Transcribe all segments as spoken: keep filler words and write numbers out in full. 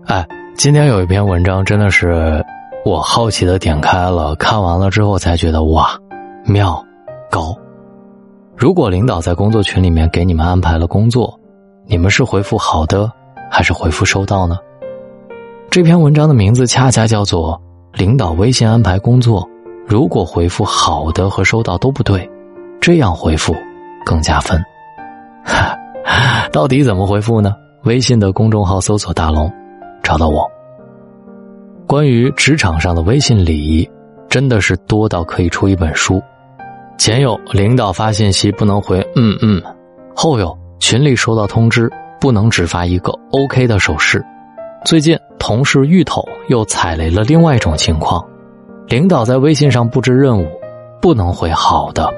哎，今天有一篇文章真的是我好奇的点开了，看完了之后才觉得哇，妙高。如果领导在工作群里面给你们安排了工作，你们是回复好的还是回复收到呢？这篇文章的名字恰恰叫做领导微信安排工作，如果回复好的和收到都不对，这样回复更加分。到底怎么回复呢？微信的公众号搜索大龙，找到我。关于职场上的微信礼仪，真的是多到可以出一本书。前有领导发信息不能回嗯嗯，后有群里收到通知不能只发一个 OK 的手势。最近同事芋头又踩雷了另外一种情况，领导在微信上布置任务不能回好的。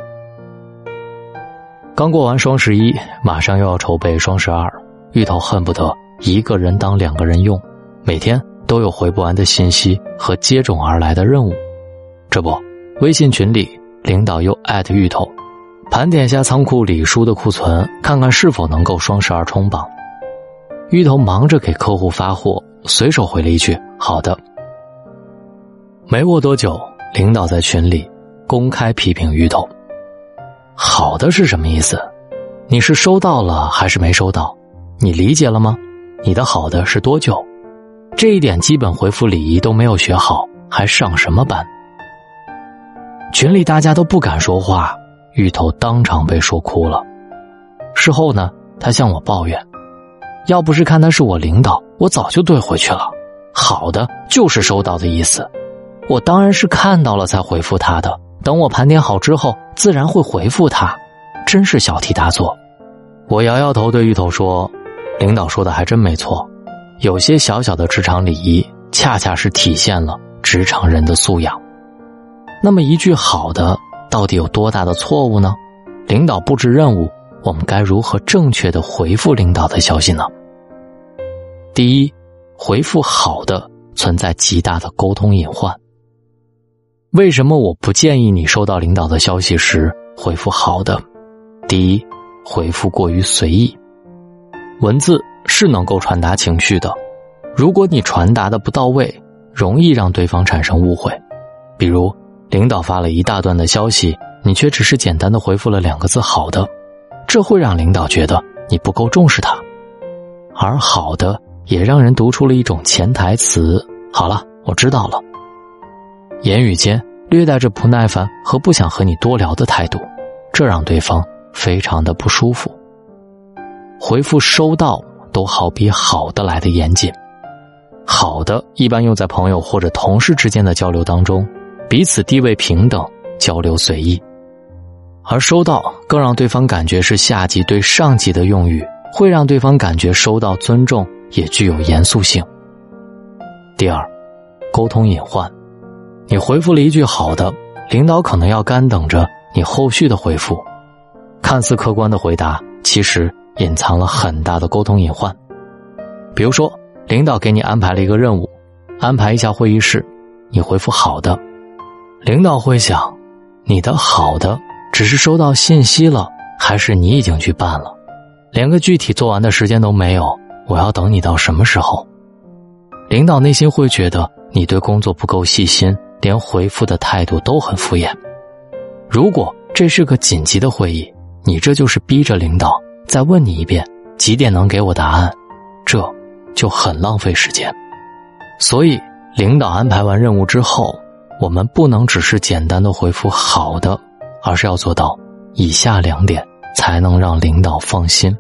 刚过完双十一，马上又要筹备双十二，芋头恨不得一个人当两个人用，每天都有回不完的信息和接踵而来的任务。这不，微信群里领导又艾特芋头，盘点下仓库里书的库存，看看是否能够双十二冲榜。芋头忙着给客户发货，随手回了一句好的。没过多久，领导在群里公开批评芋头。好的是什么意思？你是收到了还是没收到？你理解了吗？你的好的是多久？这一点基本回复礼仪都没有学好，还上什么班？群里大家都不敢说话，芋头当场被说哭了。事后呢，他向我抱怨，要不是看他是我领导，我早就怼回去了。好的就是收到的意思，我当然是看到了才回复他的，等我盘点好之后自然会回复他，真是小题大做。我摇摇头对芋头说，领导说的还真没错，有些小小的职场礼仪恰恰是体现了职场人的素养。那么一句好的到底有多大的错误呢？领导布置任务，我们该如何正确的回复领导的消息呢？第一，回复好的存在极大的沟通隐患。为什么我不建议你收到领导的消息时回复好的？第一，回复过于随意。文字是能够传达情绪的，如果你传达的不到位，容易让对方产生误会。比如领导发了一大段的消息，你却只是简单的回复了两个字好的，这会让领导觉得你不够重视他。而好的也让人读出了一种潜台词，好了，我知道了。言语间略带着不耐烦和不想和你多聊的态度，这让对方非常的不舒服。回复收到都好比好的来的严谨。好的一般用在朋友或者同事之间的交流当中，彼此地位平等，交流随意。而收到更让对方感觉是下级对上级的用语，会让对方感觉收到尊重，也具有严肃性。第二，沟通隐患。你回复了一句好的，领导可能要干等着你后续的回复。看似客观的回答，其实隐藏了很大的沟通隐患。比如说，领导给你安排了一个任务，安排一下会议室，你回复好的，领导会想，你的好的只是收到信息了，还是你已经去办了？连个具体做完的时间都没有，我要等你到什么时候？领导内心会觉得你对工作不够细心，连回复的态度都很敷衍。如果这是个紧急的会议，你这就是逼着领导再问你一遍几点能给我答案，这就很浪费时间。所以领导安排完任务之后，我们不能只是简单的回复好的，而是要做到以下两点，才能让领导放心。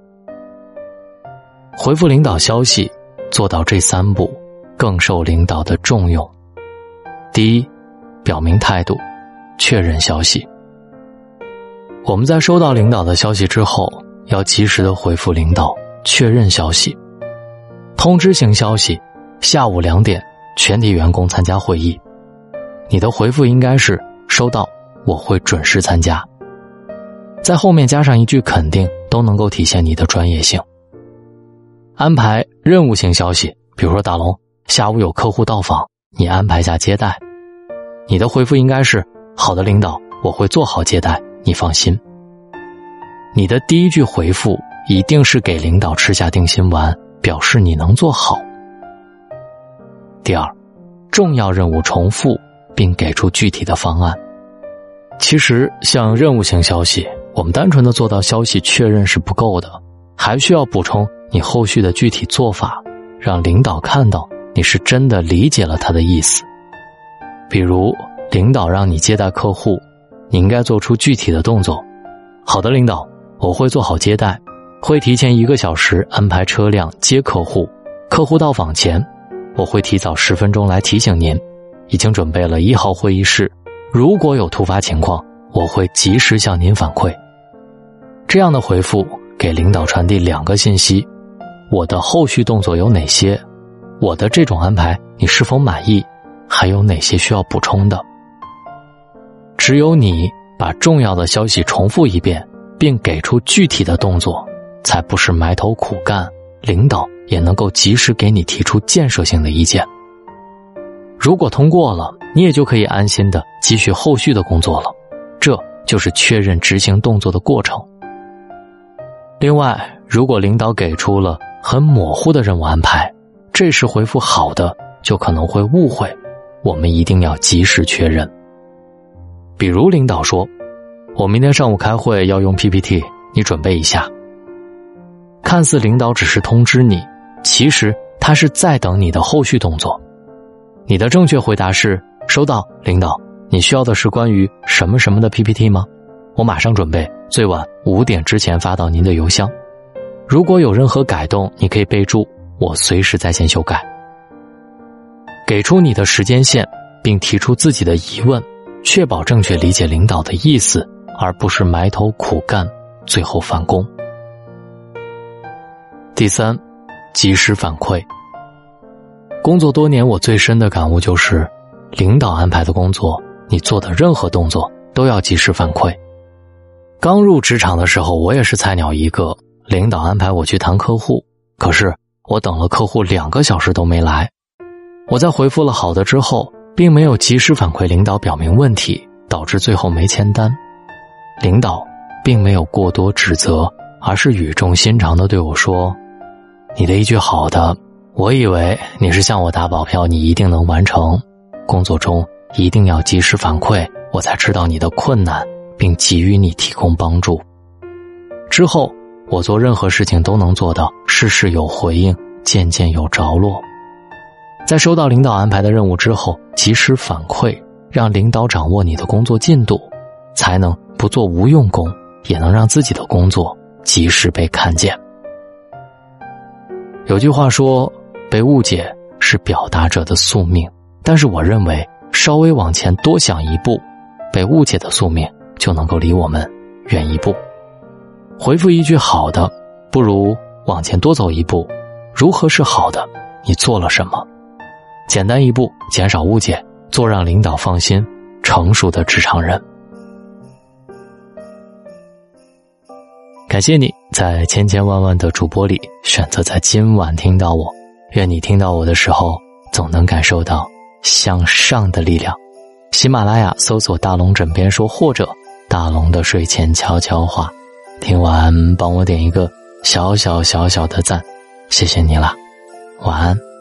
回复领导消息，做到这三步，更受领导的重用。第一，表明态度，确认消息。我们在收到领导的消息之后，要及时的回复领导，确认消息。通知型消息，下午两点，全体员工参加会议。你的回复应该是收到，我会准时参加。在后面加上一句肯定，都能够体现你的专业性。安排任务型消息，比如说大龙，下午有客户到访，你安排下接待。你的回复应该是好的领导，我会做好接待，你放心。你的第一句回复一定是给领导吃下定心丸，表示你能做好。 第二，重要任务重复并给出具体的方案。其实像任务型消息，我们单纯的做到消息确认是不够的，还需要补充你后续的具体做法，让领导看到你是真的理解了他的意思。比如领导让你接待客户，你应该做出具体的动作。好的领导，我会做好接待，会提前一个小时安排车辆接客户，客户到访前我会提早十分钟来提醒您，已经准备了一号会议室，如果有突发情况我会及时向您反馈。这样的回复给领导传递两个信息：我的后续动作有哪些，我的这种安排你是否满意，还有哪些需要补充的。只有你把重要的消息重复一遍，并给出具体的动作，才不是埋头苦干，领导也能够及时给你提出建设性的意见。如果通过了，你也就可以安心的继续后续的工作了，这就是确认执行动作的过程。另外，如果领导给出了很模糊的任务安排，这时回复好的就可能会误会，我们一定要及时确认。比如领导说，我明天上午开会要用 P P T， 你准备一下。看似领导只是通知你，其实他是在等你的后续动作。你的正确回答是，收到，领导，你需要的是关于什么什么的 P P T 吗？我马上准备，最晚五点之前发到您的邮箱。如果有任何改动，你可以备注，我随时在线修改。给出你的时间线，并提出自己的疑问，确保正确理解领导的意思，而不是埋头苦干，最后返工。第三，及时反馈。工作多年，我最深的感悟就是，领导安排的工作，你做的任何动作都要及时反馈。刚入职场的时候，我也是菜鸟一个，领导安排我去谈客户，可是我等了客户两个小时都没来。我在回复了好的之后，并没有及时反馈领导表明问题，导致最后没签单。领导并没有过多指责，而是语重心长地对我说，你的一句好的，我以为你是向我打保票你一定能完成，工作中一定要及时反馈，我才知道你的困难，并给予你提供帮助。之后我做任何事情都能做到事事有回应，件件有着落。在收到领导安排的任务之后，及时反馈，让领导掌握你的工作进度，才能不做无用功，也能让自己的工作及时被看见。有句话说，被误解是表达者的宿命，但是我认为稍微往前多想一步，被误解的宿命就能够离我们远一步。回复一句好的，不如往前多走一步，如何是好的？你做了什么？简单一步，减少误解，做让领导放心、成熟的职场人。感谢你在千千万万的主播里选择在今晚听到我，愿你听到我的时候总能感受到向上的力量。喜马拉雅搜索大龙枕边说，或者大龙的睡前悄悄话，听完帮我点一个小小小小的赞，谢谢你啦，晚安。